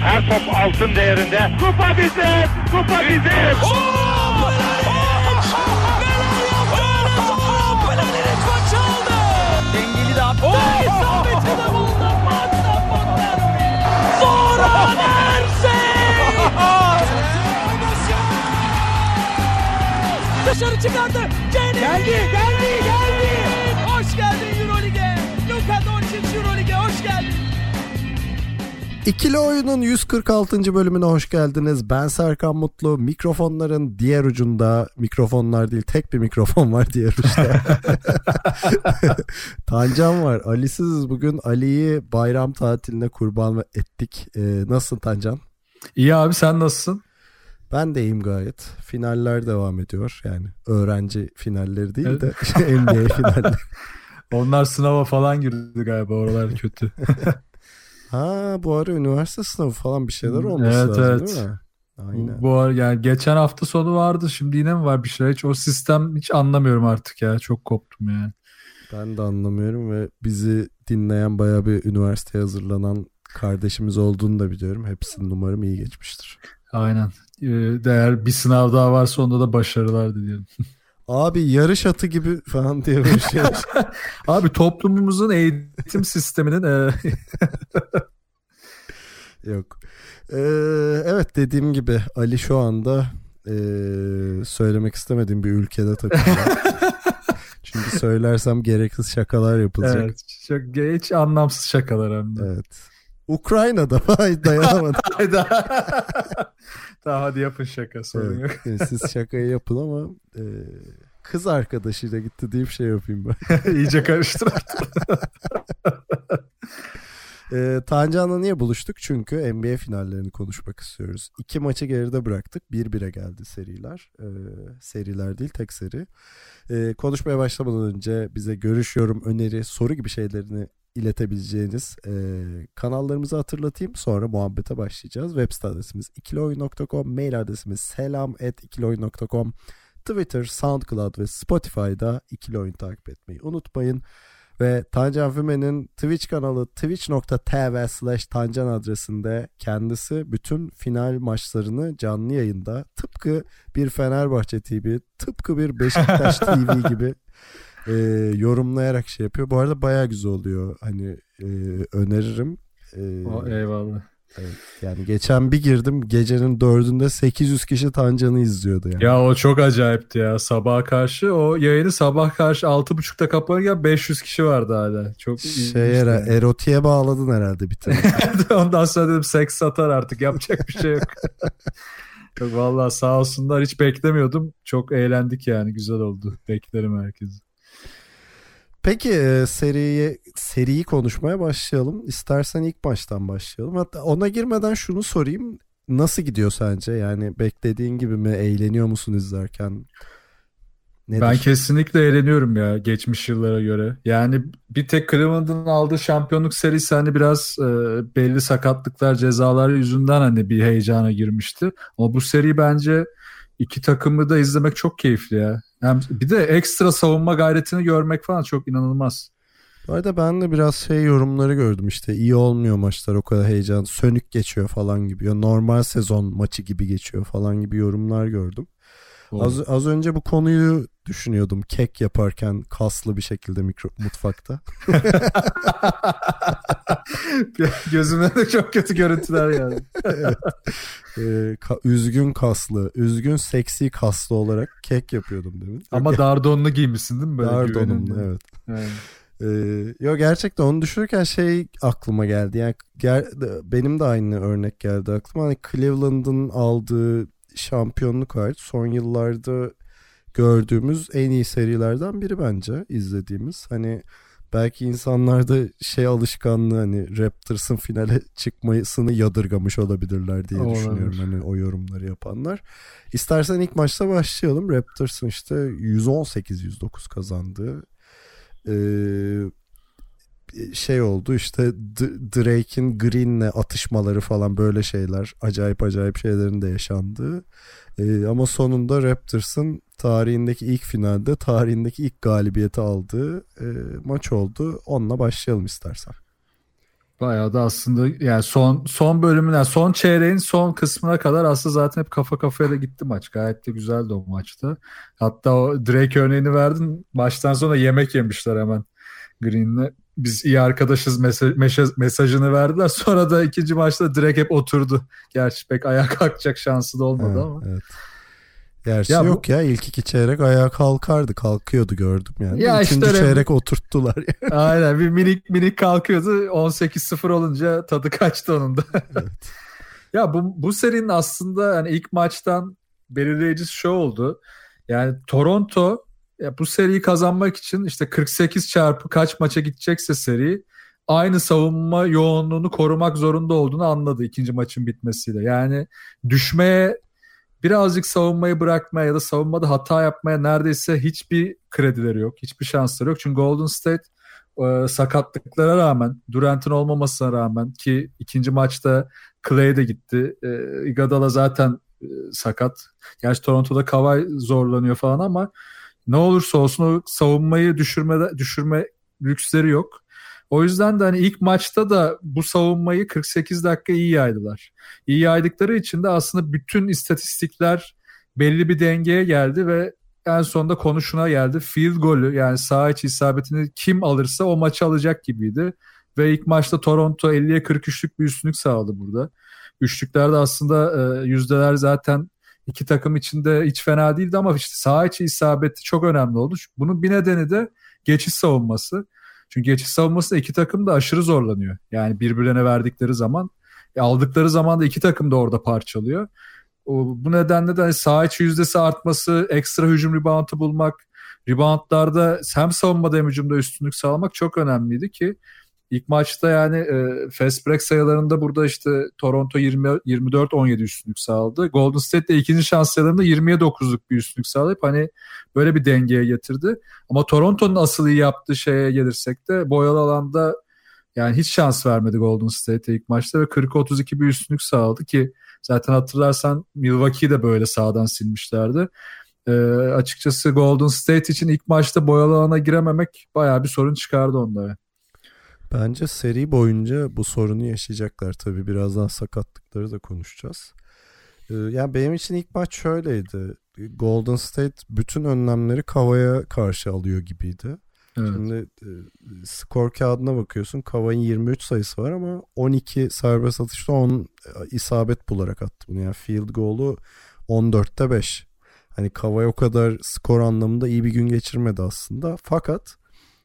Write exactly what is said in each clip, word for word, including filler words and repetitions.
Her top altın değerinde. Kupa bizim, kupa bizim. Oh, Mladenovic maçı aldı. Dengeli de attı. İsabeti de buldu. Magda Fonterovic. Zoran Ersin. Dışarı çıkardı. Geldi, geldi, geldi. Hoş geldin Euroleague'e. Luka Doncic Euroleague'e hoş geldin. İkili Oyun'un yüz kırk altıncı bölümüne hoş geldiniz. Ben Serkan Mutlu. Mikrofonların diğer ucunda, mikrofonlar değil tek bir mikrofon var diğer uçta. Tancan var. Ali'siz bugün. Ali'yi bayram tatiline kurban ettik. Ee, nasılsın Tancan? İyi abi, sen nasılsın? Ben de iyiyim gayet. Finaller devam ediyor. Yani öğrenci finalleri değil de Evet. N B A finalleri. Onlar sınava falan girdi galiba, oralar kötü. Ha, bu ara üniversite sınavı falan bir şeyler olması Evet, lazım evet. değil mi? Aynen. Bu, bu ara yani geçen hafta sonu vardı, şimdi yine mi var bir şey? Hiç o sistem hiç anlamıyorum artık ya. Çok koptum yani. Ben de anlamıyorum ve bizi dinleyen bayağı bir üniversiteye hazırlanan kardeşimiz olduğunu da biliyorum. Hepsinin umarım iyi geçmiştir. Aynen. Ee, eğer bir sınav daha varsa onda da başarılar diliyorum. Abi yarış atı gibi falan diye bir şey. Abi toplumumuzun eğitim sisteminin e... Yok. Ee, evet, dediğim gibi Ali şu anda e, söylemek istemediğim bir ülkede takılıyor. Çünkü söylersem gereksiz şakalar yapılacak. Evet, çok hiç anlamsız şakalar hem de. Evet. Ukrayna'da vay dayanamadım. Tamam, hadi yapın şaka, sorun yok. Evet, siz şakayı yapın ama e, kız arkadaşıyla gitti diye bir şey yapayım ben. İyice karıştır artık. e, Tancan'la niye buluştuk? Çünkü N B A finallerini konuşmak istiyoruz. İki maçı geride bıraktık. bir bire geldi seriler. E, seriler değil, tek seri. E, konuşmaya başlamadan önce bize görüş, yorum, öneri, soru gibi şeylerini iletebileceğiniz e, kanallarımızı hatırlatayım. Sonra muhabbete başlayacağız. Web site adresimiz ikilioyun nokta com, mail adresimiz selam at ikilioyun nokta com, Twitter, SoundCloud ve Spotify'da İkili Oyun takip etmeyi unutmayın. Ve Tancan Füme'nin Twitch kanalı twitch nokta tv slash tancan adresinde kendisi bütün final maçlarını canlı yayında tıpkı bir Fenerbahçe T V, tıpkı bir Beşiktaş T V gibi e, yorumlayarak şey yapıyor. Bu arada bayağı güzel oluyor. Hani e, öneririm. E, O, eyvallah. Evet, yani geçen bir girdim, gecenin dördünde sekiz yüz kişi Tancan'ı izliyordu yani. Ya o çok acayipti ya. Sabaha karşı o yayını sabah karşı altı buçukta kapanırken beş yüz kişi vardı hala. Çok şey era, yani. erotiğe bağladın herhalde bir tane. Ondan sonra dedim seks satar artık, yapacak bir şey yok. Yok vallahi, sağ olsunlar, hiç beklemiyordum. Çok eğlendik yani, güzel oldu. Beklerim herkesi. Peki e, seriyi seriyi konuşmaya başlayalım. İstersen ilk baştan başlayalım. Hatta ona girmeden şunu sorayım. Nasıl gidiyor sence? Yani beklediğin gibi mi? Eğleniyor musun izlerken? Nedir? Ben kesinlikle eğleniyorum ya, geçmiş yıllara göre. Yani bir tek Cleveland'ın aldığı şampiyonluk serisi hani biraz e, belli sakatlıklar, cezalar yüzünden hani bir heyecana girmişti. Ama bu seri bence iki takımı da izlemek çok keyifli ya. Hem bir de ekstra savunma gayretini görmek falan çok inanılmaz. Bu arada ben de biraz şey yorumları gördüm, işte iyi olmuyor maçlar, o kadar heyecan, sönük geçiyor falan gibi. Ya normal sezon maçı gibi geçiyor falan gibi yorumlar gördüm. Az, az önce bu konuyu düşünüyordum kek yaparken kaslı bir şekilde mikro, mutfakta. Gözümden de çok kötü görüntüler yani. Evet. Ee, ka- üzgün kaslı, üzgün seksi kaslı olarak kek yapıyordum demin. Ama dar donlu giymişsin değil mi? Böyle dar güvenin donumlu, diye. evet. Yani. Ee, yo gerçekten onu düşünürken şey aklıma geldi. Yani ger- benim de aynı örnek geldi aklıma. Hani Cleveland'ın aldığı şampiyonluk hariç son yıllarda gördüğümüz en iyi serilerden biri bence izlediğimiz. Hani belki insanlarda şey alışkanlığı, hani Raptors'ın finale çıkmasını yadırgamış olabilirler diye Olabilir. düşünüyorum hani o yorumları yapanlar. İstersen ilk maçta başlayalım. Raptors'ın işte yüz on sekiz yüz dokuz kazandığı Ee, şey oldu işte, D- Drake'in Green'le atışmaları falan, böyle şeyler, acayip acayip şeylerin de yaşandığı ee, ama sonunda Raptors'ın tarihindeki ilk finalde tarihindeki ilk galibiyeti aldığı e, maç oldu. Onunla başlayalım istersen. Bayağı da aslında yani son son bölümüne, son çeyreğin son kısmına kadar aslında zaten hep kafa kafaya da gitti maç. Gayet de güzeldi o maçta. Hatta o Drake örneğini verdin. Baştan sona yemek yemişler hemen Green'le. Biz iyi arkadaşız mesaj, mesaj, mesajını verdiler. Sonra da ikinci maçta Drake hep oturdu. Gerçi pek ayağa kalkacak şansı da olmadı ha, ama. Evet. Gerçi ya yok bu, ya ilk iki çeyrek ayağa kalkardı. Kalkıyordu gördüm yani. Ya Üçüncü işte çeyrek oturttular. Yani. Aynen bir minik minik kalkıyordu. on sekiz sıfır olunca tadı kaçtı onun da. Evet. Ya bu, bu serinin aslında yani ilk maçtan belirleyici şu oldu. Yani Toronto ya bu seriyi kazanmak için işte kırk sekiz çarpı kaç maça gidecekse seri aynı savunma yoğunluğunu korumak zorunda olduğunu anladı ikinci maçın bitmesiyle. Yani düşmeye, birazcık savunmayı bırakmaya ya da savunmada hata yapmaya neredeyse hiçbir kredileri yok. Hiçbir şansları yok. Çünkü Golden State e, sakatlıklara rağmen, Durant'ın olmamasına rağmen ki ikinci maçta Clay de gitti. E, Iguodala zaten e, sakat. Gerçi Toronto'da Kawhi zorlanıyor falan ama ne olursa olsun o savunmayı düşürme, düşürme lüksleri yok. O yüzden de hani ilk maçta da bu savunmayı kırk sekiz dakika iyi yaydılar. İyi yaydıkları için de aslında bütün istatistikler belli bir dengeye geldi ve en sonunda konu şuna geldi. Field golü yani saha içi isabetini kim alırsa o maçı alacak gibiydi. Ve ilk maçta Toronto elliye kırk üçlük bir üstünlük sağladı burada. Üçlüklerde aslında e, yüzdeler zaten iki takım içinde hiç fena değildi ama işte saha içi isabeti çok önemli oldu. Bunun bir nedeni de geçiş savunması. Çünkü geçiş savunmasında iki takım da aşırı zorlanıyor. Yani birbirlerine verdikleri zaman, e, aldıkları zaman da iki takım da orada parçalıyor. O, bu nedenle de hani saha içi yüzdesi artması, ekstra hücum reboundu bulmak, reboundlarda hem savunmada hem hücumda üstünlük sağlamak çok önemliydi ki ilk maçta yani e, fast break sayılarında burada işte Toronto yirmi, yirmi dört on yedi üstünlük sağladı. Golden State de ikinci şans sayılarında yirmiye dokuzluk bir üstünlük sağlayıp hani böyle bir dengeye getirdi. Ama Toronto'nun asıl iyi yaptığı şeye gelirsek de boyalı alanda yani hiç şans vermedi Golden State'e ilk maçta ve kırk otuz iki bir üstünlük sağladı ki zaten hatırlarsan Milwaukee'yi de böyle sağdan silmişlerdi. E, açıkçası Golden State için ilk maçta boyalı alana girememek bayağı bir sorun çıkardı onlara. Bence seri boyunca bu sorunu yaşayacaklar tabii. Birazdan sakatlıkları da konuşacağız. Ee, yani benim için ilk maç şöyleydi. Golden State bütün önlemleri Kawhi'ye karşı alıyor gibiydi. Evet. Şimdi e, skor kağıdına bakıyorsun. Kawhi'nin yirmi üç sayısı var ama on iki serbest atışta on isabet bularak attı bunu. Yani field goal'u on dörtte beş. Hani Kawhi o kadar skor anlamında iyi bir gün geçirmedi aslında. Fakat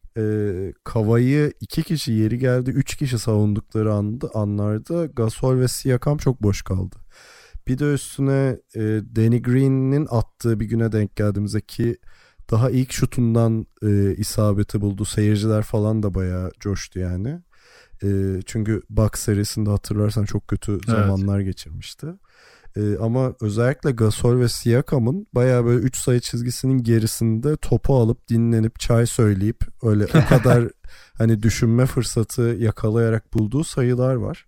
E, Kawhi'yi iki kişi yeri geldi üç kişi savundukları anda, anlarda Gasol ve Siakam çok boş kaldı. Bir de üstüne e, Danny Green'in attığı bir güne denk geldiğimizde ki daha ilk şutundan e, isabeti buldu. Seyirciler falan da bayağı coştu yani. E, çünkü Bucks serisinde hatırlarsan çok kötü evet. zamanlar geçirmişti. Ee, ama özellikle Gasol ve Siakam'ın bayağı böyle üç sayı çizgisinin gerisinde topu alıp dinlenip çay söyleyip öyle o kadar hani düşünme fırsatı yakalayarak bulduğu sayılar var.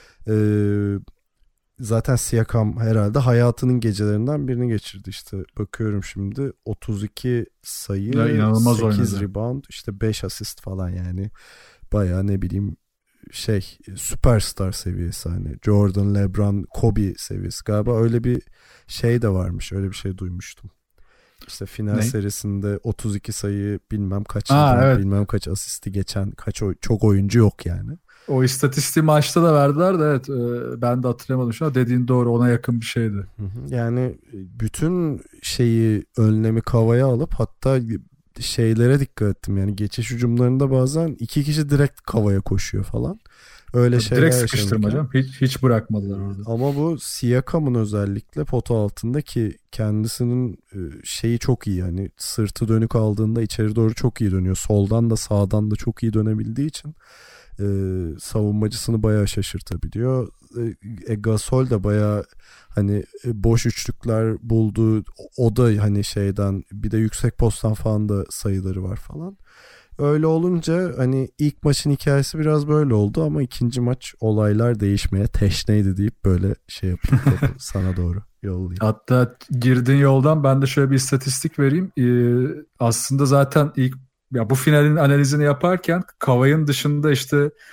Ee, zaten Siakam herhalde hayatının gecelerinden birini geçirdi işte. Bakıyorum şimdi otuz iki sayı, sekiz oynadı. Rebound, işte beş asist falan yani. Bayağı ne bileyim şey süperstar seviyesi hani Jordan, LeBron, Kobe seviyesi galiba öyle bir şey de varmış, öyle bir şey duymuştum. İşte final ne? serisinde otuz iki sayı bilmem kaç Aa, evet. bilmem kaç asisti geçen kaç oy- çok oyuncu yok yani. O istatistiği maçta da verdiler de evet e, ben de hatırlamadım şu an, dediğin doğru, ona yakın bir şeydi. Yani bütün şeyi önlemi Kawhi'ye alıp hatta şeylere dikkat ettim yani geçiş hücumlarında bazen iki kişi direkt Kawhi'ye koşuyor falan. Öyle Tabii şeyler direkt sıkıştırma canım. Hiç, hiç bırakmadılar orada. Ama bu Siakam'ın özellikle pota altında ki kendisinin şeyi çok iyi yani sırtı dönük aldığında içeri doğru çok iyi dönüyor. Soldan da sağdan da çok iyi dönebildiği için e, savunmacısını bayağı şaşırtabiliyor. E, Gasol da bayağı hani boş üçlükler buldu. O da hani şeyden bir de yüksek posttan falan da sayıları var falan. Öyle olunca hani ilk maçın hikayesi biraz böyle oldu ama ikinci maç olaylar değişmeye teşneydi deyip böyle şey yapayım sana doğru yollayayım. Hatta girdiğin yoldan ben de şöyle bir istatistik vereyim. Ee, aslında zaten ilk ya bu finalin analizini yaparken Kawhi'nin dışında işte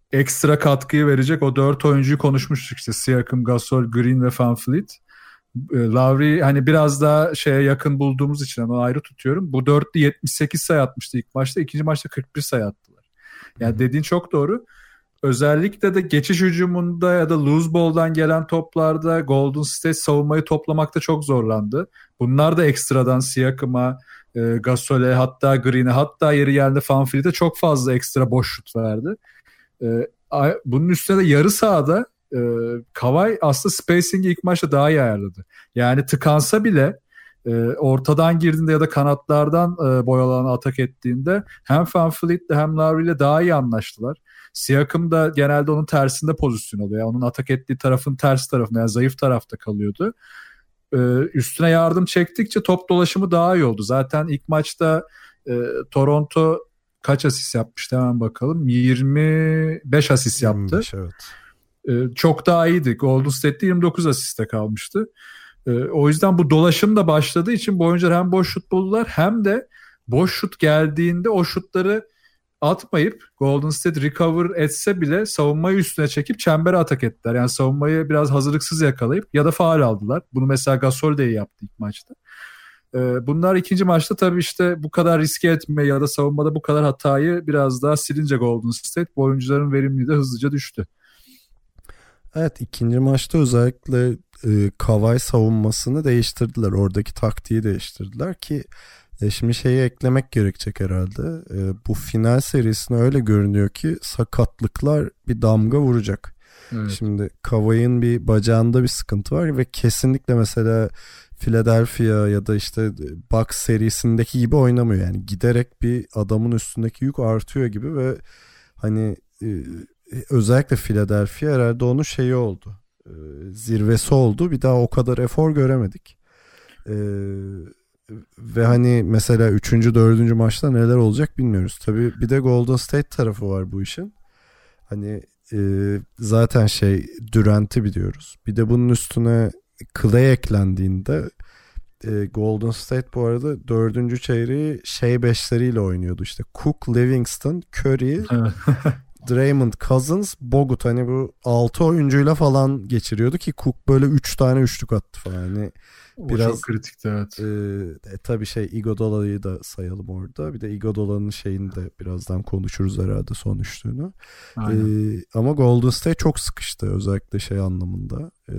ekstra katkıyı verecek o dört oyuncuyu konuşmuştuk işte. Siakam, Gasol, Green ve VanVleet. Lowry hani biraz daha şeye yakın bulduğumuz için onu ayrı tutuyorum. Bu dörtlü yetmiş sekiz sayı atmıştı ilk maçta. İkinci maçta kırk bir sayı attılar. Yani dediğin çok doğru. Özellikle de geçiş hücumunda ya da loose ball'dan gelen toplarda Golden State savunmayı toplamakta çok zorlandı. Bunlar da ekstradan Siakam'a, e, Gasol'e, hatta Green'e, hatta yeri geldi VanVleet'e çok fazla ekstra boş şut verdi. E, bunun üstüne de yarı sahada e, Kawhi aslında spacing'i ilk maçta daha iyi ayarladı. Yani tıkansa bile e, ortadan girdiğinde ya da kanatlardan e, boyalarını atak ettiğinde hem VanVleet'le hem Lowry'le daha iyi anlaştılar. Siakam da genelde onun tersinde pozisyon alıyor. Yani onun atak ettiği tarafın ters tarafında, yani zayıf tarafta kalıyordu. Ee, üstüne yardım çektikçe top dolaşımı daha iyi oldu. Zaten ilk maçta e, Toronto kaç asist yapmıştı hemen bakalım. yirmi beş asist yaptı. yirmi beş, evet. Ee, çok daha iyiydi. Golden State'de yirmi dokuz asiste kalmıştı. Ee, o yüzden bu dolaşım da başladığı için bu oyuncular hem boş şut buldular hem de boş şut geldiğinde o şutları atmayıp Golden State recover etse bile savunmayı üstüne çekip çembere atak ettiler. Yani savunmayı biraz hazırlıksız yakalayıp ya da faul aldılar. Bunu mesela Gasol de iyi yaptı ilk maçta. Ee, bunlar ikinci maçta tabii işte bu kadar riske etme ya da savunmada bu kadar hatayı biraz daha silince Golden State bu oyuncuların verimliliği de hızlıca düştü. Evet, ikinci maçta özellikle e, Kawhi savunmasını değiştirdiler. Oradaki taktiği değiştirdiler ki E şimdi şeyi eklemek gerekecek herhalde. E, bu final serisine öyle görünüyor ki sakatlıklar bir damga vuracak. Evet. Şimdi Kawhi'nin bir bacağında bir sıkıntı var ve kesinlikle mesela Philadelphia ya da işte Bucks serisindeki gibi oynamıyor. Yani giderek bir adamın üstündeki yük artıyor gibi ve hani e, özellikle Philadelphia herhalde onun şeyi oldu. E, zirvesi oldu. Bir daha o kadar efor göremedik. Eee Ve hani mesela üçüncü dördüncü maçta neler olacak bilmiyoruz. Tabii bir de Golden State tarafı var bu işin. Hani e, zaten şey Durant'i biliyoruz. Bir de bunun üstüne Clay eklendiğinde e, Golden State bu arada dördüncü çeyreği şey beşleriyle oynuyordu. İşte Cook, Livingston, Curry, Draymond, Cousins, Bogut. Hani bu altı oyuncuyla falan geçiriyordu ki Cook böyle üç tane üçlük attı falan. Hani o biraz çok kritikti, evet. E, e, tabii şey Iguodala'yı da sayalım orada. Bir de Iguodala'nın şeyini de birazdan konuşuruz herhalde, son üçlüğünü. E, ama Golden State çok sıkıştı özellikle şey anlamında. E,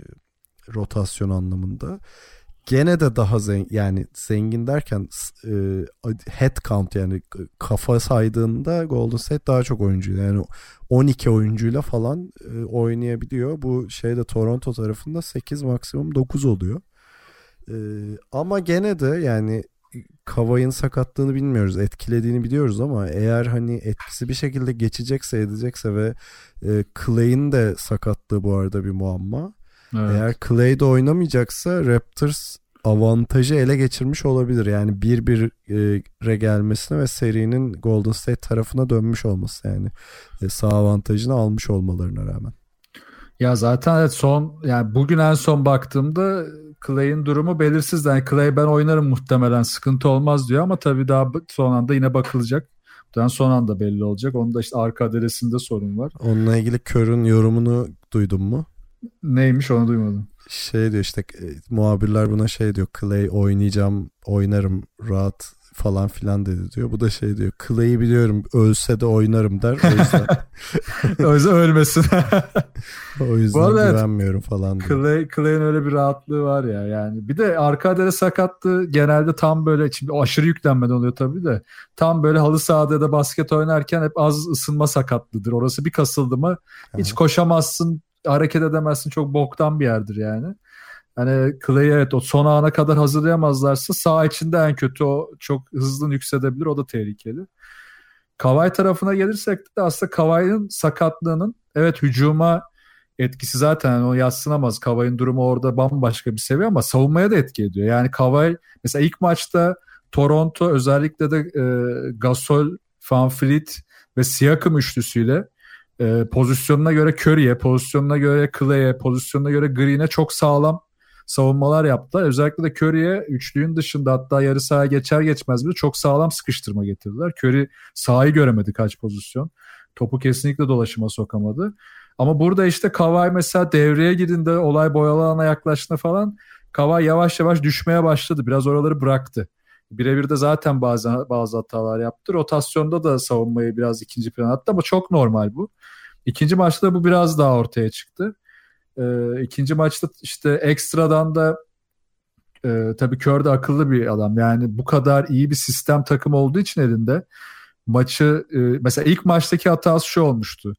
rotasyon anlamında. Gene de daha zengin, yani zengin derken e, head count, yani kafa saydığında Golden State daha çok oyuncu. Yani on iki oyuncuyla falan e, oynayabiliyor. Bu şeyde Toronto tarafında sekiz maksimum dokuz oluyor. Ee, ama gene de yani Kawhi'nin sakatlığını bilmiyoruz, etkilediğini biliyoruz ama eğer hani etkisi bir şekilde geçecekse edecekse ve e, Clay'in de sakatlığı bu arada bir muamma. Evet. Eğer Clay de oynamayacaksa Raptors avantajı ele geçirmiş olabilir. Yani bir bire gelmesine ve serinin Golden State tarafına dönmüş olması, yani e, sağ avantajını almış olmalarına rağmen. Ya zaten evet, son yani bugün en son baktığımda Clay'in durumu belirsizdi. Yani Clay ben oynarım muhtemelen, sıkıntı olmaz diyor ama tabii daha son anda yine bakılacak. Muhtemelen son anda belli olacak. Onun da işte arka adresinde sorun var. Onunla ilgili Kör'ün yorumunu duydun mu? Neymiş, onu duymadım. Şey diyor işte e, muhabirler buna şey diyor, Clay oynayacağım, oynarım rahat falan filan dedi diyor. Bu da şey diyor, Clay'i biliyorum, ölse de oynarım der. O yüzden o yüzden ölmesin. O yüzden güvenmiyorum evet, falan diyor. Clay, Clay'in öyle bir rahatlığı var ya yani. Bir de arka adres sakatlığı genelde tam böyle, şimdi aşırı yüklenmeden oluyor tabii de, tam böyle halı sahada ya da basket oynarken hep az ısınma sakatlığıdır. Orası bir kasıldı mı hiç evet, koşamazsın, hareket edemezsin, çok boktan bir yerdir yani. Hani Clay'i evet o son ana kadar hazırlayamazlarsa sağ içinde en kötü o çok hızlı yüksedebilir, o da tehlikeli. Kawhi tarafına gelirsek de aslında Kawhi'nin sakatlığının evet hücuma etkisi zaten yani o yadsınamaz. Kawhi'nin durumu orada bambaşka bir seviye ama savunmaya da etki ediyor. Yani Kawhi mesela ilk maçta Toronto özellikle de e, Gasol, VanVleet ve Siakam üçlüsüyle e, pozisyonuna göre Curry'e, pozisyonuna göre Clay'e, pozisyonuna göre Green'e çok sağlam savunmalar yaptılar. Özellikle de Curry'e üçlüğün dışında hatta yarı sahaya geçer geçmez bile çok sağlam sıkıştırma getirdiler. Curry sahayı göremedi kaç pozisyon. Topu kesinlikle dolaşıma sokamadı. Ama burada işte Kawhi mesela devreye girdiğinde olay boyalı alana yaklaştığında falan Kawhi yavaş yavaş düşmeye başladı. Biraz oraları bıraktı. Birebir de zaten bazı bazı hatalar yaptı. Rotasyonda da savunmayı biraz ikinci plana attı ama çok normal bu. İkinci maçta bu biraz daha ortaya çıktı. Ee, ikinci maçta işte ekstradan da e, tabii Kerr de akıllı bir adam. Yani bu kadar iyi bir sistem takım olduğu için elinde maçı e, mesela ilk maçtaki hatası şu olmuştu.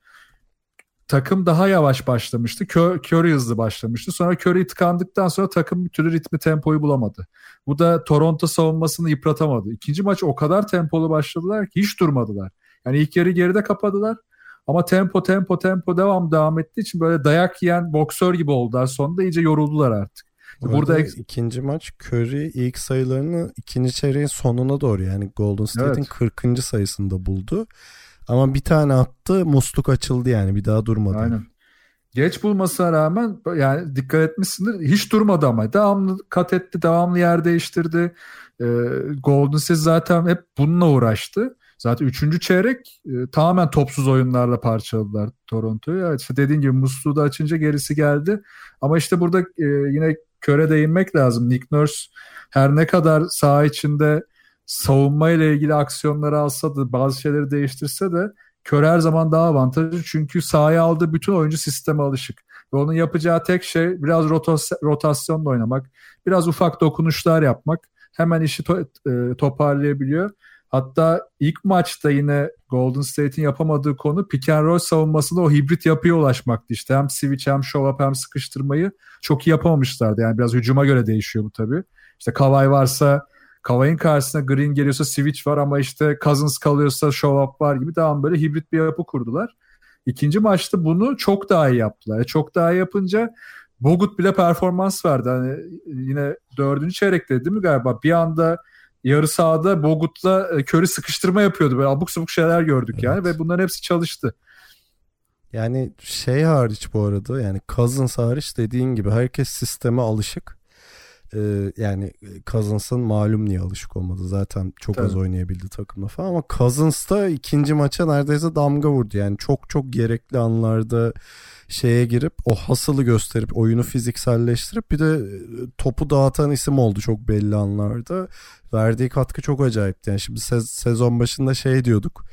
Takım daha yavaş başlamıştı. Curry hızlı başlamıştı. Sonra Curry tıkandıktan sonra takım bir türlü ritmi tempoyu bulamadı. Bu da Toronto savunmasını yıpratamadı. İkinci maç o kadar tempolu başladılar ki hiç durmadılar. Yani ilk yarı geride kapadılar. Ama tempo tempo tempo devam devam ettiği için böyle dayak yiyen boksör gibi oldular. Sonunda iyice yoruldular artık. Burada, Burada ikinci maç Curry ilk sayılarını ikinci çeyreğin sonuna doğru yani Golden State'in evet. kırkıncı sayısında buldu. Ama bir tane attı, musluk açıldı yani bir daha durmadı. Aynen. Geç bulmasına rağmen yani dikkat etmişsindir hiç durmadı ama devamlı kat etti, devamlı yer değiştirdi. Ee, Golden State zaten hep bununla uğraştı. Zaten üçüncü çeyrek e, tamamen topsuz oyunlarla parçaladılar Toronto'yu. Evet, işte dediğin gibi musluğu da açınca gerisi geldi. Ama işte burada e, yine Kör'e değinmek lazım. Nick Nurse her ne kadar saha içinde savunma ile ilgili aksiyonları alsa da bazı şeyleri değiştirse de Kör her zaman daha avantajlı. Çünkü sahaya aldığı bütün oyuncu sisteme alışık. Ve onun yapacağı tek şey biraz rotas- rotasyonla oynamak. Biraz ufak dokunuşlar yapmak. Hemen işi to- e, toparlayabiliyor. Hatta ilk maçta yine Golden State'in yapamadığı konu pick and roll savunmasında o hibrit yapıya ulaşmaktı. İşte hem switch hem show up hem sıkıştırmayı çok iyi yapamamışlardı. Yani biraz hücuma göre değişiyor bu tabii. İşte Kawhi varsa Kawhi'nin karşısına Green geliyorsa switch var ama işte Cousins kalıyorsa show up var gibi devam böyle hibrit bir yapı kurdular. İkinci maçta bunu çok daha iyi yaptılar. E çok daha iyi yapınca Bogut bile performans verdi. Hani yine dördüncü çeyrekte değil mi galiba? Bir anda yarı sahada Bogut'la Curry sıkıştırma yapıyordu. Böyle abuk sabuk şeyler gördük evet. Yani ve bunların hepsi çalıştı. Yani şey hariç bu arada yani Cousins hariç dediğin gibi herkes sisteme alışık. Ee, yani Cousins'ın malum niye alışık olmadı. Zaten çok Tabii. az oynayabildi takımda falan ama Cousins da ikinci maça neredeyse damga vurdu. Yani çok çok gerekli anlarda şeye girip o hasılı gösterip oyunu fizikselleştirip bir de topu dağıtan isim oldu çok belli anlarda. Verdiği katkı çok acayipti. Yani şimdi sez- sezon başında şey diyorduk.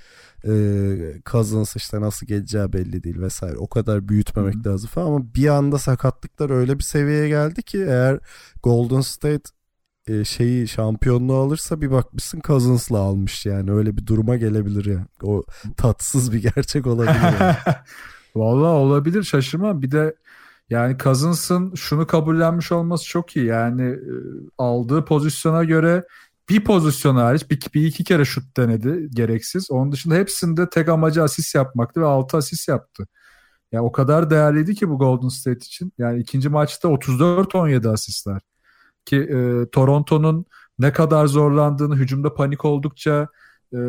Ee, Cousins işte nasıl geleceği belli değil vesaire. O kadar büyütmemek Hı-hı. lazım falan ama bir anda sakatlıklar öyle bir seviyeye geldi ki eğer Golden State e, şeyi şampiyonluğu alırsa bir bakmışsın Cousins'la almış yani öyle bir duruma gelebilir yani. O tatsız bir gerçek olabilir. Yani. Vallahi olabilir şaşırmam. Bir de yani Cousins'ın şunu kabullenmiş olması çok iyi. Yani e, aldığı pozisyona göre bir pozisyon hariç bir, bir iki kere şut denedi gereksiz. Onun dışında hepsinde tek amacı asist yapmaktı ve altı asist yaptı. Yani o kadar değerliydi ki bu Golden State için. Yani ikinci maçta otuz dört on yedi asistler. Ki e, Toronto'nun ne kadar zorlandığını, hücumda panik oldukça e,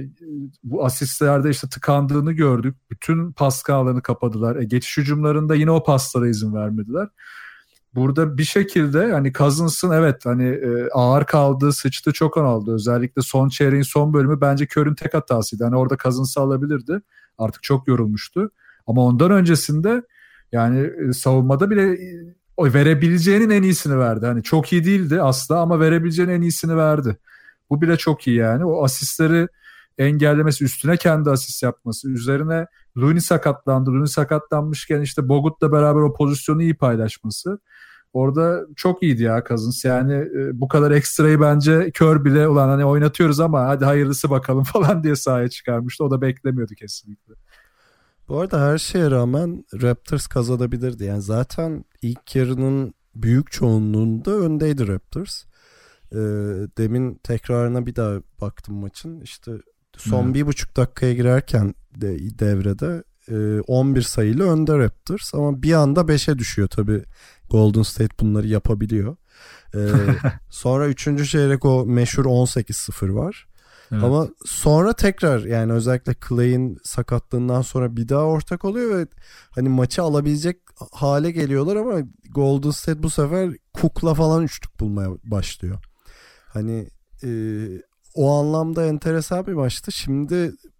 bu asistlerde işte tıkandığını gördük. Bütün pas kanallarını kapadılar. E, geçiş hücumlarında yine o paslara izin vermediler. Burada bir şekilde hani Cousins'ın evet hani e, ağır kaldığı sıçtı çok aldı. Özellikle son çeyreğin son bölümü bence Kör'ün tek hatasıydı. Hani orada Cousins'ı alabilirdi. Artık çok yorulmuştu. Ama ondan öncesinde yani e, savunmada bile e, o verebileceğinin en iyisini verdi. Hani çok iyi değildi asla ama verebileceğinin en iyisini verdi. Bu bile çok iyi yani. O asistleri engellemesi, üstüne kendi asist yapması, üzerine Looney sakatlandı. Looney sakatlanmışken işte Bogut'la beraber o pozisyonu iyi paylaşması. Orada çok iyiydi ya Cousins. Yani e, bu kadar ekstrayı bence Kör bile ulan hani oynatıyoruz ama hadi hayırlısı bakalım falan diye sahaya çıkarmıştı. O da beklemiyordu kesinlikle. Bu arada her şeye rağmen Raptors kazanabilirdi. Yani zaten ilk yarının büyük çoğunluğunda öndeydi Raptors. Ee, demin tekrarına bir daha baktım maçın. İşte son hmm. bir buçuk dakikaya girerken de, devrede e, on bir sayıyla önde Raptors ama bir anda beşe düşüyor tabii. Golden State bunları yapabiliyor. Ee, sonra üçüncü çeyrek o meşhur on sekiz sıfır var. Evet. Ama sonra tekrar yani özellikle Clay'in sakatlığından sonra bir daha ortak oluyor ve hani maçı alabilecek hale geliyorlar ama Golden State bu sefer Cook'la falan üçlük bulmaya başlıyor. Hani e, o anlamda enteresan bir maçtı. Şimdi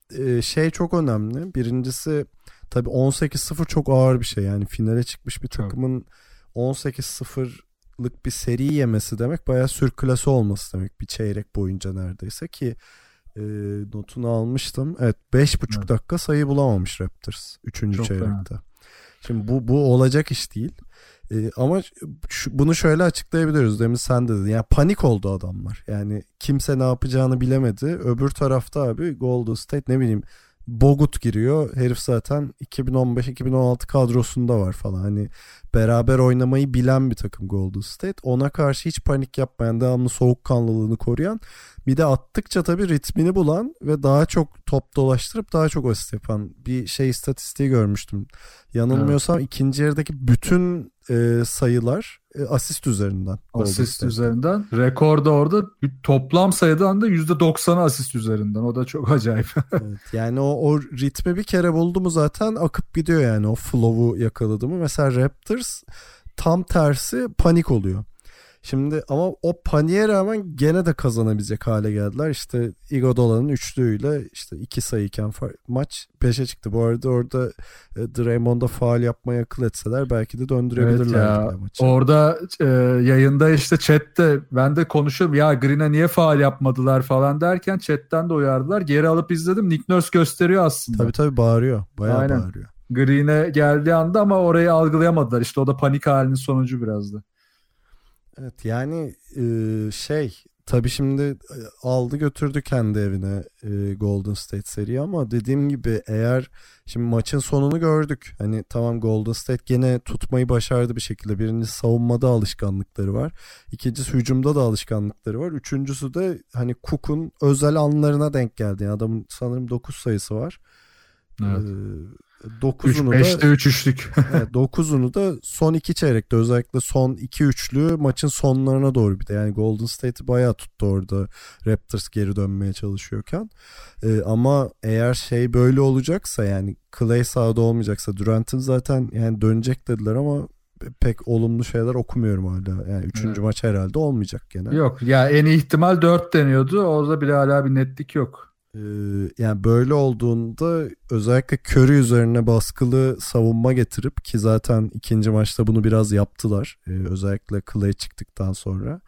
e, şey çok önemli. Birincisi tabii on sekiz sıfır çok ağır bir şey. Yani finale çıkmış bir takımın on sekiz sıfırlık bir seri yemesi demek bayağı sürklase olması demek. Bir çeyrek boyunca neredeyse ki e, notunu almıştım. Evet, beş buçuk evet. dakika sayı bulamamış Raptors üçüncü çeyrekte. Önemli. Şimdi bu bu olacak iş değil. Ee, ama şu, bunu şöyle açıklayabiliriz. Demin sen de dedin. Yani panik oldu adamlar. Yani kimse ne yapacağını bilemedi. Öbür tarafta abi Golden State ne bileyim Bogut giriyor. Herif zaten iki bin on beş iki bin on altı kadrosunda var falan. Hani beraber oynamayı bilen bir takım Golden State. Ona karşı hiç panik yapmayan, devamlı soğukkanlılığını koruyan, bir de attıkça tabii ritmini bulan ve daha çok top dolaştırıp daha çok asist yapan bir şey istatistiği görmüştüm. Yanılmıyorsam evet. ikinci yarıdaki bütün e, sayılar e, asist üzerinden. Asist üzerinden. Rekorda orada toplam sayıdan da yüzde doksanı asist üzerinden. O da çok acayip. Evet, yani o, o ritmi bir kere buldu mu zaten akıp gidiyor yani, o flow'u yakaladı mı. Mesela Raptors tam tersi panik oluyor. Şimdi ama o paniğe rağmen gene de kazanabilecek hale geldiler. İşte Iguodala'nın üçlüğüyle işte iki sayıyken maç beşe çıktı. Bu arada orada e, Draymond'a faul yapmaya akıl etseler belki de döndürebilirler evet maçı. Orada e, yayında işte chatte ben de konuşuyorum ya Green'e niye faul yapmadılar falan derken chatten de uyardılar. Geri alıp izledim. Nick Nurse gösteriyor aslında. Tabii tabii bağırıyor. Bayağı Aynen. bağırıyor. Green'e geldiği anda ama orayı algılayamadılar. İşte o da panik halinin sonucu biraz da. Evet yani şey tabii şimdi aldı götürdü kendi evine Golden State seri, ama dediğim gibi eğer şimdi maçın sonunu gördük. Hani tamam Golden State gene tutmayı başardı bir şekilde. Birincisi savunmada alışkanlıkları var. İkincisi hücumda da alışkanlıkları var. Üçüncüsü de hani Cook'un özel anlarına denk geldi. Yani adamın sanırım dokuz sayısı var. Evet. Ee, dokuzunu üç, beşte üç üçlük. Evet, dokuzunu da son iki çeyrekte, özellikle son iki üçlü maçın sonlarına doğru bir de. Yani Golden State'i bayağı tuttu orada Raptors geri dönmeye çalışıyorken. Ee, ama eğer şey böyle olacaksa, yani Clay sahada olmayacaksa, Durant'ın zaten yani dönecek dediler ama pek olumlu şeyler okumuyorum hala. Yani üçüncü evet. maç herhalde olmayacak gene. Yok ya, en iyi ihtimal dört deniyordu. Orada bile hala bir netlik yok. Yani böyle olduğunda özellikle Curry üzerine baskılı savunma getirip, ki zaten ikinci maçta bunu biraz yaptılar, özellikle Clay çıktıktan sonra,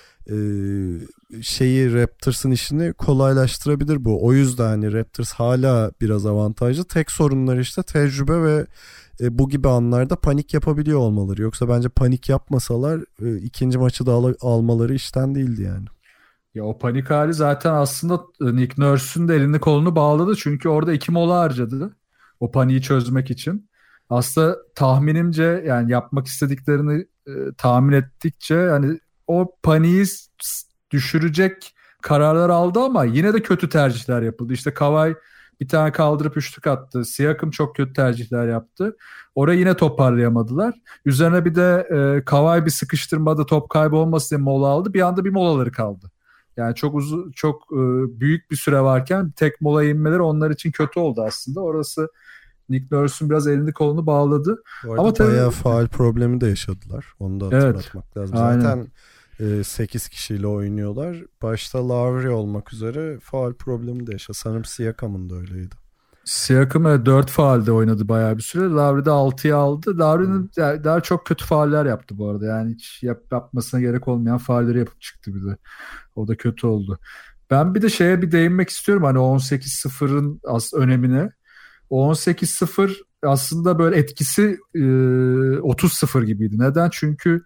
şeyi Raptors'ın işini kolaylaştırabilir bu. O yüzden hani Raptors hala biraz avantajlı. Tek sorunları işte tecrübe ve bu gibi anlarda panik yapabiliyor olmaları. Yoksa bence panik yapmasalar ikinci maçı da al- almaları işten değildi yani. Ya o panik hali zaten aslında Nick Nurse'ün de elini kolunu bağladı. Çünkü orada iki mola harcadı o paniği çözmek için. Aslında tahminimce, yani yapmak istediklerini e, tahmin ettikçe yani o paniği düşürecek kararlar aldı ama yine de kötü tercihler yapıldı. İşte Kawhi bir tane kaldırıp üçlük attı. Siakam çok kötü tercihler yaptı. Orayı yine toparlayamadılar. Üzerine bir de e, Kawhi bir sıkıştırmada top kaybı olmasın diye mola aldı. Bir anda bir molaları kaldı. Yani çok uzun, çok e, büyük bir süre varken tek mola inmeleri onlar için kötü oldu aslında. Orası Nick Nurse'un biraz elini kolunu bağladı. Ama bayağı tabii, faul problemi de yaşadılar. Onu da hatırlatmak evet, lazım. Aynen. Zaten e, sekiz kişiyle oynuyorlar. Başta Lowry olmak üzere faul problemi de yaşadı. Sanırım Siakam'ın da öyleydi. Siakam dört faalde oynadı bayağı bir süre. Lowry de altıya aldı. Lowry'nin hmm. daha çok kötü fauller yaptı bu arada. Yani hiç yap, yapmasına gerek olmayan faulleri yapıp çıktı bir de. O da kötü oldu. Ben bir de şeye bir değinmek istiyorum. Hani on sekiz sıfırın as önemine. O on sekiz sıfır aslında böyle etkisi e, otuz sıfır gibiydi. Neden? Çünkü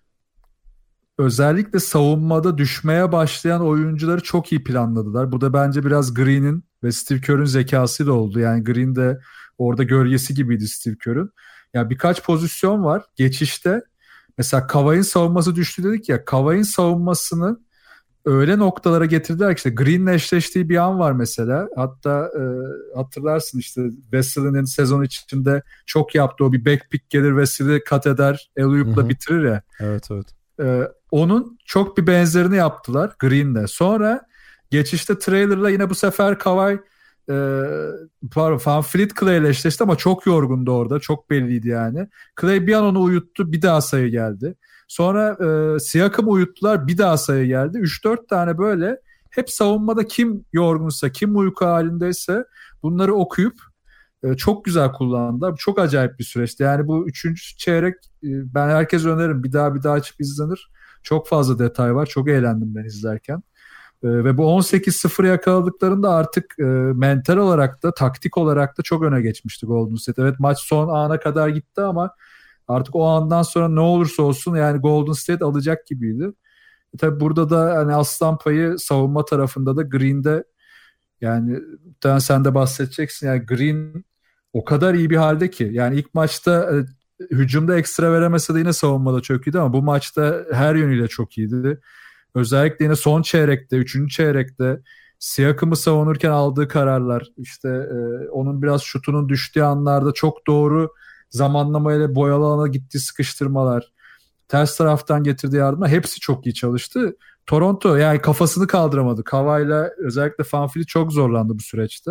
özellikle savunmada düşmeye başlayan oyuncuları çok iyi planladılar. Bu da bence biraz Green'in ve Steve Kerr'ün zekası da oldu. Yani Green de orada gölgesi gibiydi Steve Kerr'ün. Yani birkaç pozisyon var geçişte. Mesela Kawhi'nin savunması düştü dedik ya. Kawhi'nin savunmasını öyle noktalara getirdiler ki, işte Green'le eşleştiği bir an var mesela. Hatta e, hatırlarsın işte Wesley'nin sezon içinde çok yaptığı o bir back pick gelir, Wesley kat eder, alley-oop'la bitirir ya. Evet evet. E, onun çok bir benzerini yaptılar Green'le. Sonra geçişte Trailer'la yine bu sefer Kawhi e, Van Fleet Clay'le eşleşti ama çok yorgundu orada. Çok belliydi yani. Clay bir an onu uyuttu. Bir daha sayı geldi. Sonra e, Siakam'ı uyuttular. Bir daha sayı geldi. üç dört tane böyle hep savunmada kim yorgunsa, kim uyku halindeyse bunları okuyup e, çok güzel kullandılar. Çok acayip bir süreçti. Yani bu üçüncü çeyrek e, ben herkese öneririm. Bir daha bir daha açıp izlenir. Çok fazla detay var. Çok eğlendim ben izlerken. E, ve bu on sekiz sıfır yakaladıklarında artık e, mental olarak da taktik olarak da çok öne geçmişti Golden State. Evet, maç son ana kadar gitti ama artık o andan sonra ne olursa olsun yani Golden State alacak gibiydi. E, tabii burada da hani aslan payı savunma tarafında da Green'de, yani sen de bahsedeceksin. Yani Green o kadar iyi bir halde ki. Yani ilk maçta e, hücumda ekstra veremese de yine savunmada çok iyiydi ama bu maçta her yönüyle çok iyiydi. Özellikle yine son çeyrekte, üçüncü çeyrekte Siakam'ı savunurken aldığı kararlar, işte e, onun biraz şutunun düştüğü anlarda çok doğru zamanlamayla boyalı alana gittiği sıkıştırmalar, ters taraftan getirdiği yardımlar hepsi çok iyi çalıştı. Toronto yani kafasını kaldıramadı. Kawhi'la özellikle Fanfili çok zorlandı bu süreçte.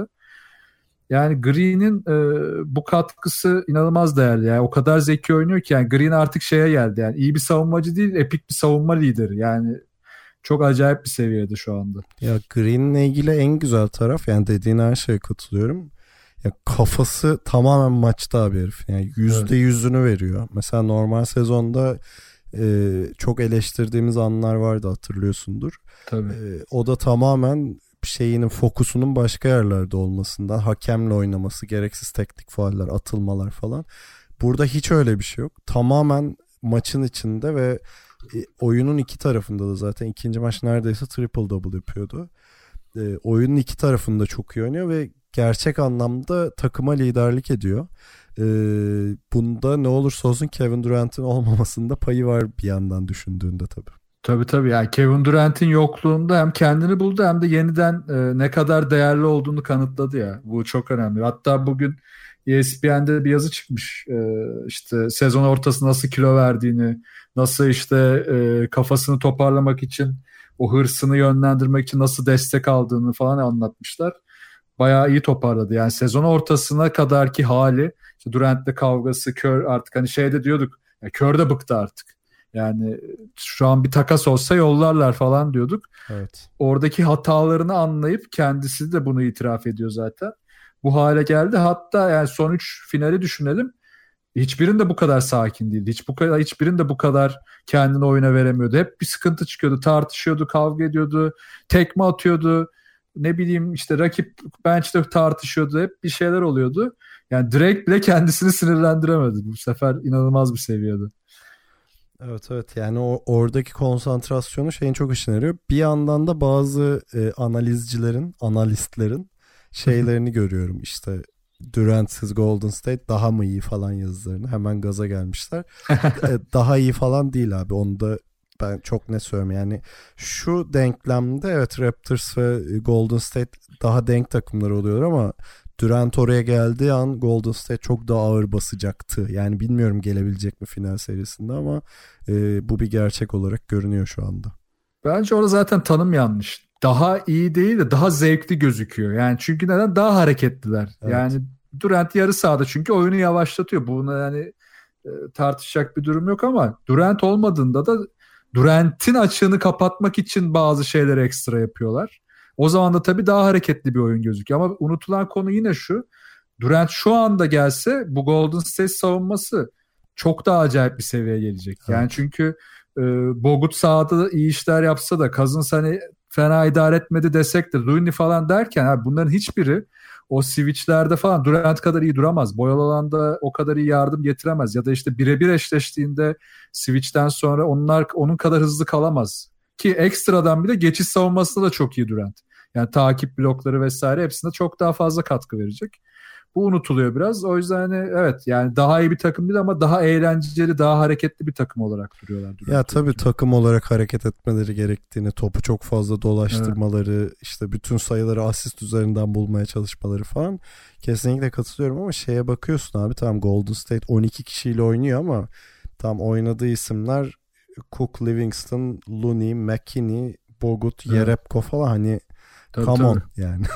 Yani Green'in e, bu katkısı inanılmaz değerli. Yani o kadar zeki oynuyor ki yani Green artık şeye geldi. Yani iyi bir savunmacı değil, epik bir savunma lideri. Yani çok acayip bir seviyede şu anda. Ya Green'le ilgili en güzel taraf, yani dediğin her şeye katılıyorum. Ya kafası tamamen maçta abi herif. Yani yüzde yüzünü veriyor. Mesela normal sezonda e, çok eleştirdiğimiz anlar vardı, hatırlıyorsundur. Tabii. E, o da tamamen şeyinin, fokusunun başka yerlerde olmasından, hakemle oynaması, gereksiz teknik fauller, atılmalar falan. Burada hiç öyle bir şey yok. Tamamen maçın içinde ve e, oyunun iki tarafında da zaten ikinci maç neredeyse triple double yapıyordu. E, oyunun iki tarafında çok iyi oynuyor ve gerçek anlamda takıma liderlik ediyor. Ee, bunda ne olursa olsun Kevin Durant'in olmamasında payı var bir yandan düşündüğünde tabii. Tabii tabii. Yani Kevin Durant'in yokluğunda hem kendini buldu hem de yeniden e, ne kadar değerli olduğunu kanıtladı ya. Bu çok önemli. Hatta bugün E S P N'de bir yazı çıkmış. E, işte sezon ortası nasıl kilo verdiğini, nasıl işte e, kafasını toparlamak için, o hırsını yönlendirmek için nasıl destek aldığını falan anlatmışlar. Bayağı iyi toparladı. Yani sezon ortasına kadarki hali, işte Durant'le kavgası, Kör artık hani şeyde diyorduk. Ya Kör de bıktı artık. Yani şu an bir takas olsa yollarlar falan diyorduk. Evet. Oradaki hatalarını anlayıp kendisi de bunu itiraf ediyor zaten. Bu hale geldi. Hatta yani son üç finali düşünelim. Hiçbirinde bu kadar sakin değildi. Hiç bu kadar, hiçbirinde bu kadar kendini oyuna veremiyordu. Hep bir sıkıntı çıkıyordu. Tartışıyordu, kavga ediyordu, tekme atıyordu. Ne bileyim işte rakip bench'te tartışıyordu. Hep bir şeyler oluyordu. Yani Drake bile kendisini sinirlendiremedi. Bu sefer inanılmaz bir seviyede. Evet evet, yani o oradaki konsantrasyonu şeyin çok işine yarıyor. Bir yandan da bazı e, analizcilerin, analistlerin şeylerini görüyorum. İşte Durant'siz Golden State daha mı iyi falan yazılarını, hemen gaza gelmişler. e, daha iyi falan değil abi, onu da ben çok ne söyleyeyim. Yani şu denklemde evet Raptors ve Golden State daha denk takımlar oluyor ama Durant oraya geldiği an Golden State çok daha ağır basacaktı. Yani bilmiyorum gelebilecek mi final serisinde ama e, bu bir gerçek olarak görünüyor şu anda. Bence orada zaten tanım yanlış. Daha iyi değil de daha zevkli gözüküyor. Yani çünkü neden? Daha hareketliler. Evet. Yani Durant yarı sahada çünkü oyunu yavaşlatıyor. Buna yani e, tartışacak bir durum yok ama Durant olmadığında da Durant'in açığını kapatmak için bazı şeyleri ekstra yapıyorlar. O zaman da tabii daha hareketli bir oyun gözüküyor. Ama unutulan konu yine şu. Durant şu anda gelse bu Golden State savunması çok daha acayip bir seviyeye gelecek. Evet. Yani çünkü e, Bogut sahada da iyi işler yapsa da Cousins hani fena idare etmedi desek de Looney falan derken abi bunların hiçbiri o switchlerde falan Durant kadar iyi duramaz. Boyalı alanda o kadar iyi yardım getiremez. Ya da işte birebir eşleştiğinde switch'ten sonra onlar onun kadar hızlı kalamaz. Ki ekstradan bir de geçiş savunmasında da çok iyi Durant. Yani takip blokları vesaire hepsinde çok daha fazla katkı verecek. Bu unutuluyor biraz. O yüzden hani evet yani daha iyi bir takım değil ama daha eğlenceli, daha hareketli bir takım olarak duruyorlar. Ya tabii gibi. Takım olarak hareket etmeleri gerektiğini, topu çok fazla dolaştırmaları, evet. işte bütün sayıları asist üzerinden bulmaya çalışmaları falan kesinlikle katılıyorum ama şeye bakıyorsun abi, tamam Golden State on iki kişiyle oynuyor ama tam oynadığı isimler Cook, Livingston, Looney, McKinney, Bogut, evet. Jerebko falan hani tabii, come tabii. on yani.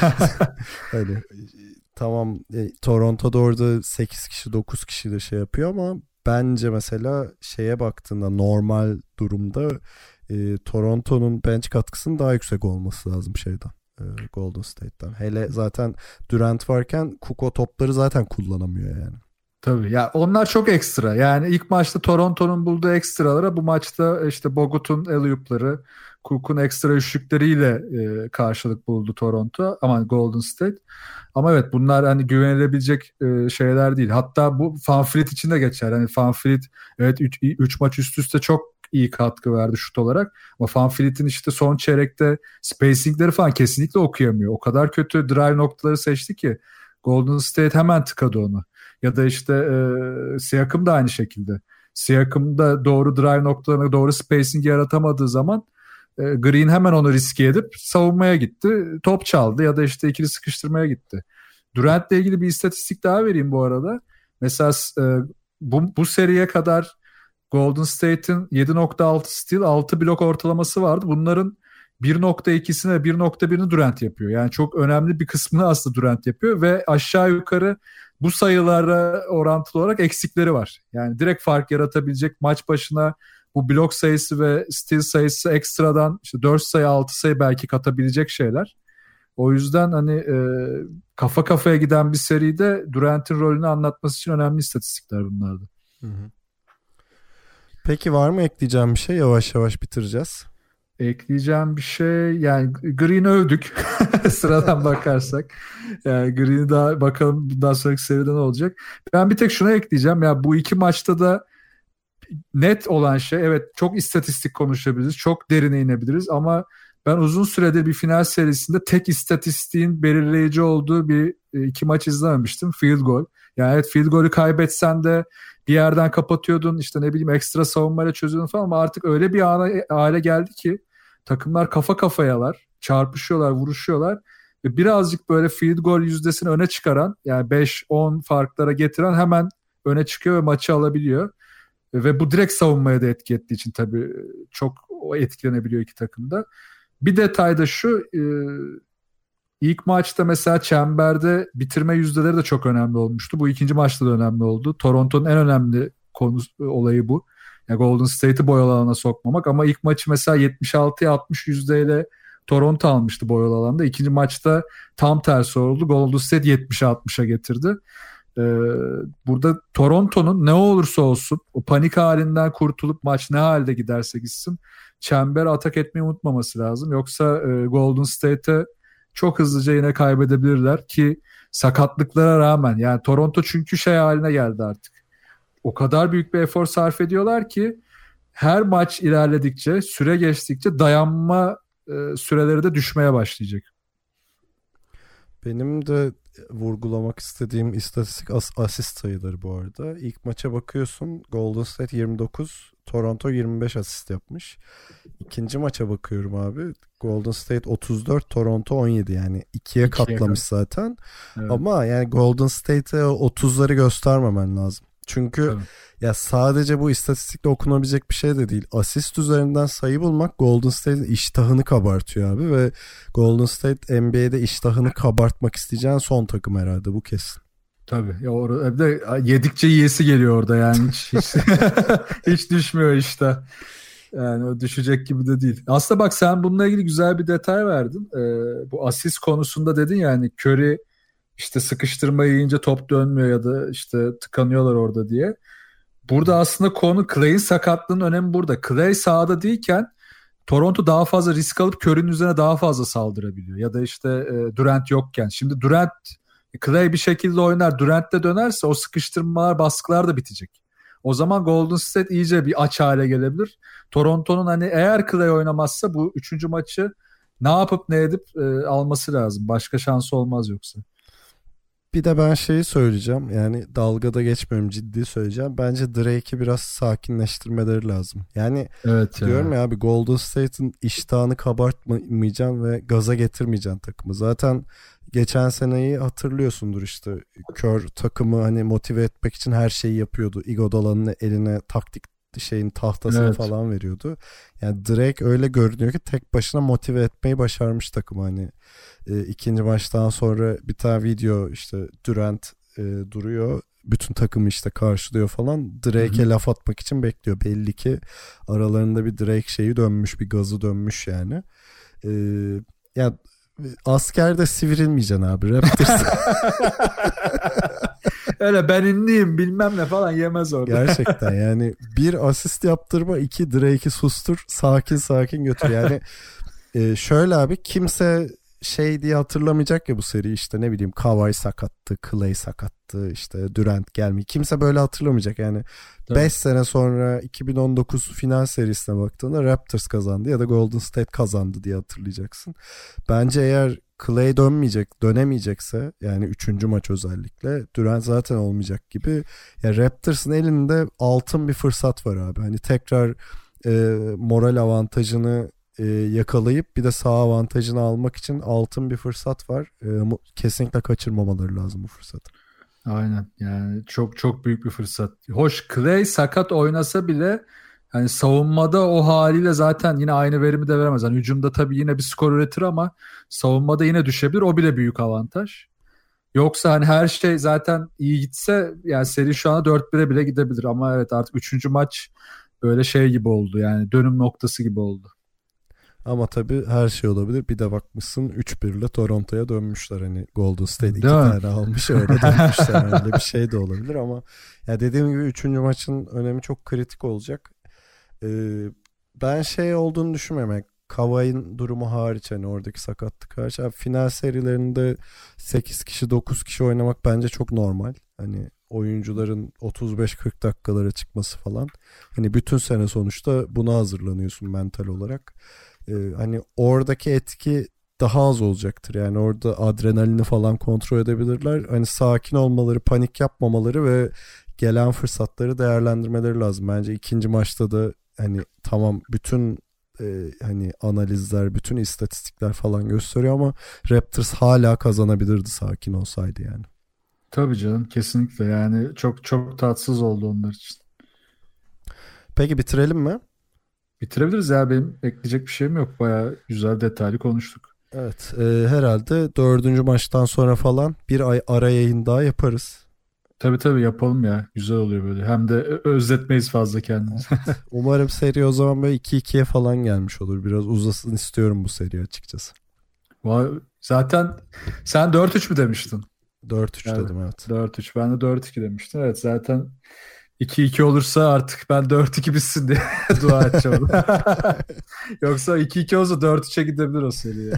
Hani tamam e, Toronto'da orada sekiz kişi dokuz kişi de şey yapıyor ama bence mesela şeye baktığında normal durumda e, Toronto'nun bench katkısının daha yüksek olması lazım şeyden. E, Golden State'ten. Hele zaten Durant varken Kuko topları zaten kullanamıyor yani. Tabii ya, onlar çok ekstra. Yani ilk maçta Toronto'nun bulduğu ekstralara bu maçta işte Bogut'un alley-oop'ları, Cook'un ekstra üçlükleriyle e, karşılık buldu Toronto. Aman Golden State. Ama evet, bunlar hani güvenilebilecek e, şeyler değil. Hatta bu VanVleet için de geçer. Hani VanVleet evet üç maç üst üste çok iyi katkı verdi şut olarak. Ama VanVleet'in işte son çeyrekte spacingleri falan kesinlikle okuyamıyor. O kadar kötü drive noktaları seçti ki Golden State hemen tıkadı onu. Ya da işte e, Siakam da aynı şekilde. Siakam da doğru drive noktalarına doğru spacing yaratamadığı zaman e, Green hemen onu riske edip savunmaya gitti. Top çaldı ya da işte ikili sıkıştırmaya gitti. Durant'le ilgili bir istatistik daha vereyim bu arada. Mesela e, bu, bu seriye kadar Golden State'in yedi nokta altı steal, altı blok ortalaması vardı. Bunların bir nokta ikisini ve bir nokta birini Durant yapıyor. Yani çok önemli bir kısmını aslında Durant yapıyor ve aşağı yukarı bu sayılara orantılı olarak eksikleri var. Yani direkt fark yaratabilecek, maç başına bu blok sayısı ve steal sayısı ekstradan işte dört sayı altı sayı belki katabilecek şeyler. O yüzden hani e, kafa kafaya giden bir seride Durant'in rolünü anlatması için önemli istatistikler bunlardı. Hı hı. Peki var mı ekleyeceğim bir şey? Yavaş yavaş bitireceğiz. Ekleyeceğim bir şey, yani Green'i övdük sıradan bakarsak. Yani Green'i daha bakalım bundan sonraki seride ne olacak. Ben bir tek şuna ekleyeceğim. Ya bu iki maçta da net olan şey, evet çok istatistik konuşabiliriz, çok derine inebiliriz ama ben uzun süredir bir final serisinde tek istatistiğin belirleyici olduğu bir iki maç izlememiştim. Field goal. Yani evet, field goal'ü kaybetsen de bir yerden kapatıyordun, işte ne bileyim ekstra savunmayla çözüyordun falan, ama artık öyle bir ana, hale geldi ki takımlar kafa kafayalar, çarpışıyorlar, vuruşuyorlar ve birazcık böyle field goal yüzdesini öne çıkaran, yani beş on farklara getiren hemen öne çıkıyor ve maçı alabiliyor. Ve bu direkt savunmaya da etki ettiği için tabii çok etkilenebiliyor iki takım da. Bir detay da şu, ilk maçta mesela çemberde bitirme yüzdeleri de çok önemli olmuştu. Bu ikinci maçta da önemli oldu. Toronto'nun en önemli konusu, olayı bu. Yani Golden State'i boyalı alana sokmamak, ama ilk maçı mesela yetmiş altıya altmış yüzdeyle Toronto almıştı boyalı alanda. İkinci maçta tam tersi oldu. Golden State yetmişe altmışa getirdi. Ee, burada Toronto'nun ne olursa olsun o panik halinden kurtulup maç ne halde giderse gitsin çember atak etmeyi unutmaması lazım. Yoksa e, Golden State'e çok hızlıca yine kaybedebilirler ki sakatlıklara rağmen. Yani Toronto çünkü şey haline geldi artık. O kadar büyük bir efor sarf ediyorlar ki her maç ilerledikçe, süre geçtikçe dayanma e, süreleri de düşmeye başlayacak. Benim de vurgulamak istediğim istatistik as- asist sayıları bu arada. İlk maça bakıyorsun, Golden State yirmi dokuz, Toronto yirmi beş asist yapmış. İkinci maça bakıyorum abi, Golden State otuz dört, Toronto on yedi, yani ikiye katlamış zaten. Evet. Ama yani Golden State'e otuzları göstermemen lazım. Çünkü evet, ya sadece bu istatistikle okunabilecek bir şey de değil. Asist üzerinden sayı bulmak Golden State'in iştahını kabartıyor abi ve Golden State N B A'de iştahını kabartmak isteyeceğin son takım herhalde, bu kesin. Tabii. Ya orada de yedikçe yiyesi geliyor orada yani hiç hiç, hiç düşmüyor işte. Yani o düşecek gibi de değil. Aslında bak, sen bununla ilgili güzel bir detay verdin. Ee, bu asist konusunda dedin yani Curry işte sıkıştırma yiyince top dönmüyor ya da işte tıkanıyorlar orada diye. Burada aslında konu Clay'in sakatlığının önemi burada. Clay sahada değilken Toronto daha fazla risk alıp Curry'nin üzerine daha fazla saldırabiliyor. Ya da işte e, Durant yokken. Şimdi Durant, Clay bir şekilde oynar, Durant de dönerse o sıkıştırmalar, baskılar da bitecek. O zaman Golden State iyice bir aç hale gelebilir. Toronto'nun hani eğer Clay oynamazsa bu üçüncü maçı ne yapıp ne edip e, alması lazım. Başka şansı olmaz yoksa. Bir de ben şeyi söyleyeceğim, yani dalgada geçmiyorum, ciddi söyleyeceğim. Bence Drake'i biraz sakinleştirmeleri lazım. Yani evet diyorum ya. ya abi, Golden State'in iştahını kabartmayacaksın ve gaza getirmeyeceksin takımı. Zaten geçen seneyi hatırlıyorsundur, işte Kör takımı hani motive etmek için her şeyi yapıyordu. Iguodala'nın eline taktik şeyin tahtasını evet. falan veriyordu. Yani Drake öyle görünüyor ki tek başına motive etmeyi başarmış takımı. Hani e, ikinci maçtan sonra bir tane video, işte Durant e, duruyor. Bütün takımı işte karşılıyor falan. Drake'e Hı-hı. laf atmak için bekliyor. Belli ki aralarında bir Drake şeyi dönmüş, bir gazı dönmüş yani. Ee, ya askerde sivrilmeyeceksin abi. Raptors. Öyle ben ünlüyüm bilmem ne falan yemez orada. Gerçekten yani bir asist yaptırma, iki Drake'i sustur, sakin sakin götür. Yani e, şöyle abi, kimse şey diye hatırlamayacak ya bu seri, işte ne bileyim Kawhi sakattı, Clay sakattı, işte Durant gelmiyor. Kimse böyle hatırlamayacak yani. beş sene sonra iki bin on dokuz final serisine baktığında Raptors kazandı ya da Golden State kazandı diye hatırlayacaksın. Bence eğer Clay dönmeyecek, dönemeyecekse yani üçüncü maç özellikle Durant zaten olmayacak gibi. Ya Raptors'ın elinde altın bir fırsat var abi. Hani tekrar e, moral avantajını e, yakalayıp bir de sağ avantajını almak için altın bir fırsat var. E, kesinlikle kaçırmamaları lazım bu fırsatı. Aynen, yani çok çok büyük bir fırsat. Hoş Clay sakat oynasa bile hani savunmada o haliyle zaten yine aynı verimi de veremez. Yani hücumda tabii yine bir skor üretir ama savunmada yine düşebilir. O bile büyük avantaj. Yoksa hani her şey zaten iyi gitse yani seri şu anda dört bire bile gidebilir. Ama evet, artık üçüncü maç böyle şey gibi oldu, yani dönüm noktası gibi oldu. Ama tabii her şey olabilir. Bir de bakmışsın üç bir ile Toronto'ya dönmüşler. Hani Golden State iki tane almış, öyle dönmüşler. Öyle bir şey de olabilir ama ya dediğim gibi üçüncü maçın önemi çok kritik olacak. Ee, ben şey olduğunu düşünmüyorum. Yani Kawhi'nin durumu hariç, hani oradaki sakatlık hariç. Abi, final serilerinde sekiz kişi dokuz kişi oynamak bence çok normal. Hani oyuncuların otuz beş kırk dakikalara çıkması falan. Hani bütün sene sonuçta buna hazırlanıyorsun mental olarak. Ee, hani oradaki etki daha az olacaktır. Yani orada adrenalini falan kontrol edebilirler. Hani sakin olmaları, panik yapmamaları ve gelen fırsatları değerlendirmeleri lazım. Bence ikinci maçta da hani tamam bütün e, hani analizler, bütün istatistikler falan gösteriyor ama Raptors hala kazanabilirdi sakin olsaydı yani. Tabii canım, kesinlikle, yani çok çok tatsız oldu onlar için. Peki bitirelim mi? Bitirebiliriz ya, benim ekleyecek bir şeyim yok. Bayağı güzel detaylı konuştuk. Evet, e, herhalde dördüncü maçtan sonra falan bir ay ara yayın daha yaparız. Tabii tabii yapalım ya, güzel oluyor böyle. Hem de özletmeyiz fazla kendimizi. Umarım seri o zaman böyle iki ikiye falan gelmiş olur. Biraz uzasın istiyorum bu seri açıkçası. Zaten sen dört üç mü demiştin? dört üç yani, dedim evet. dört üç, ben de dört iki demiştim. Evet, zaten iki iki olursa artık ben dört iki bitsin diye dua edeceğim. Yoksa iki iki olsa dört üçe gidebilir o seriye.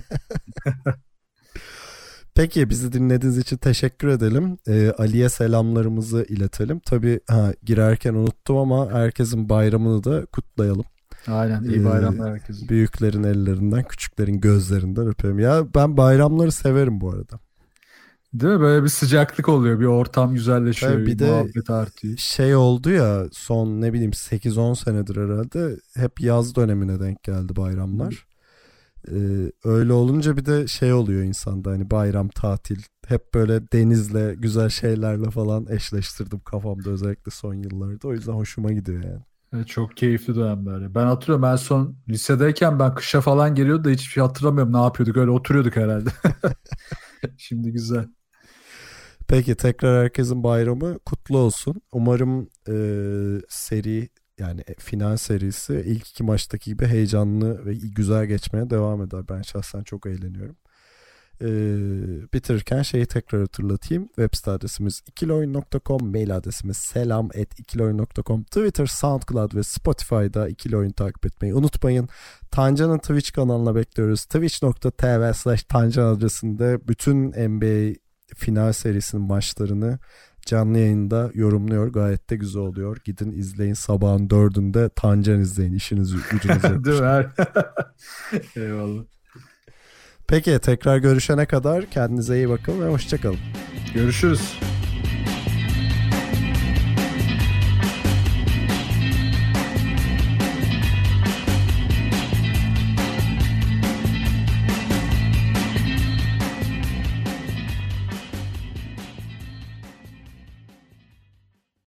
Peki, bizi dinlediğiniz için teşekkür edelim. Ee, Ali'ye selamlarımızı iletelim. Tabii ha, girerken unuttum ama herkesin bayramını da kutlayalım. Aynen, iyi bayramlar herkese. Ee, büyüklerin ellerinden, küçüklerin gözlerinden öpelim. Ya ben bayramları severim bu arada. Değil mi? Böyle bir sıcaklık oluyor. Bir ortam güzelleşiyor. Tabii bir muhabbet de artıyor. şey oldu ya, son ne bileyim sekiz on senedir herhalde hep yaz dönemine denk geldi bayramlar. Ee, öyle olunca bir de şey oluyor insanda, hani bayram, tatil, hep böyle denizle, güzel şeylerle falan eşleştirdim kafamda özellikle son yıllarda. O yüzden hoşuma gidiyor yani. Evet, çok keyifli dönem böyle. Ben hatırlıyorum, ben son lisedeyken ben kışa falan geliyordu da hiçbir şey hatırlamıyorum. Ne yapıyorduk? Öyle oturuyorduk herhalde. Şimdi güzel. Peki, tekrar herkesin bayramı kutlu olsun. Umarım e, seri, yani final serisi ilk iki maçtaki gibi heyecanlı ve güzel geçmeye devam eder. Ben şahsen çok eğleniyorum. Ee, bitirirken şeyi tekrar hatırlatayım. Web site adresimiz ikiloyun nokta com, mail adresimiz selam at ikiloyun nokta com, Twitter, SoundCloud ve Spotify'da ikiloyun takip etmeyi unutmayın. Tancan'ın Twitch kanalına bekliyoruz. twitch nokta tv slash tancan adresinde bütün N B A final serisinin maçlarını canlı yayında yorumluyor. Gayet de güzel oluyor. Gidin izleyin. Sabahın dördünde Tancan izleyin. İşiniz gücünüz yok. Değil mi? Eyvallah. Peki, tekrar görüşene kadar kendinize iyi bakın ve hoşça kalın. Görüşürüz.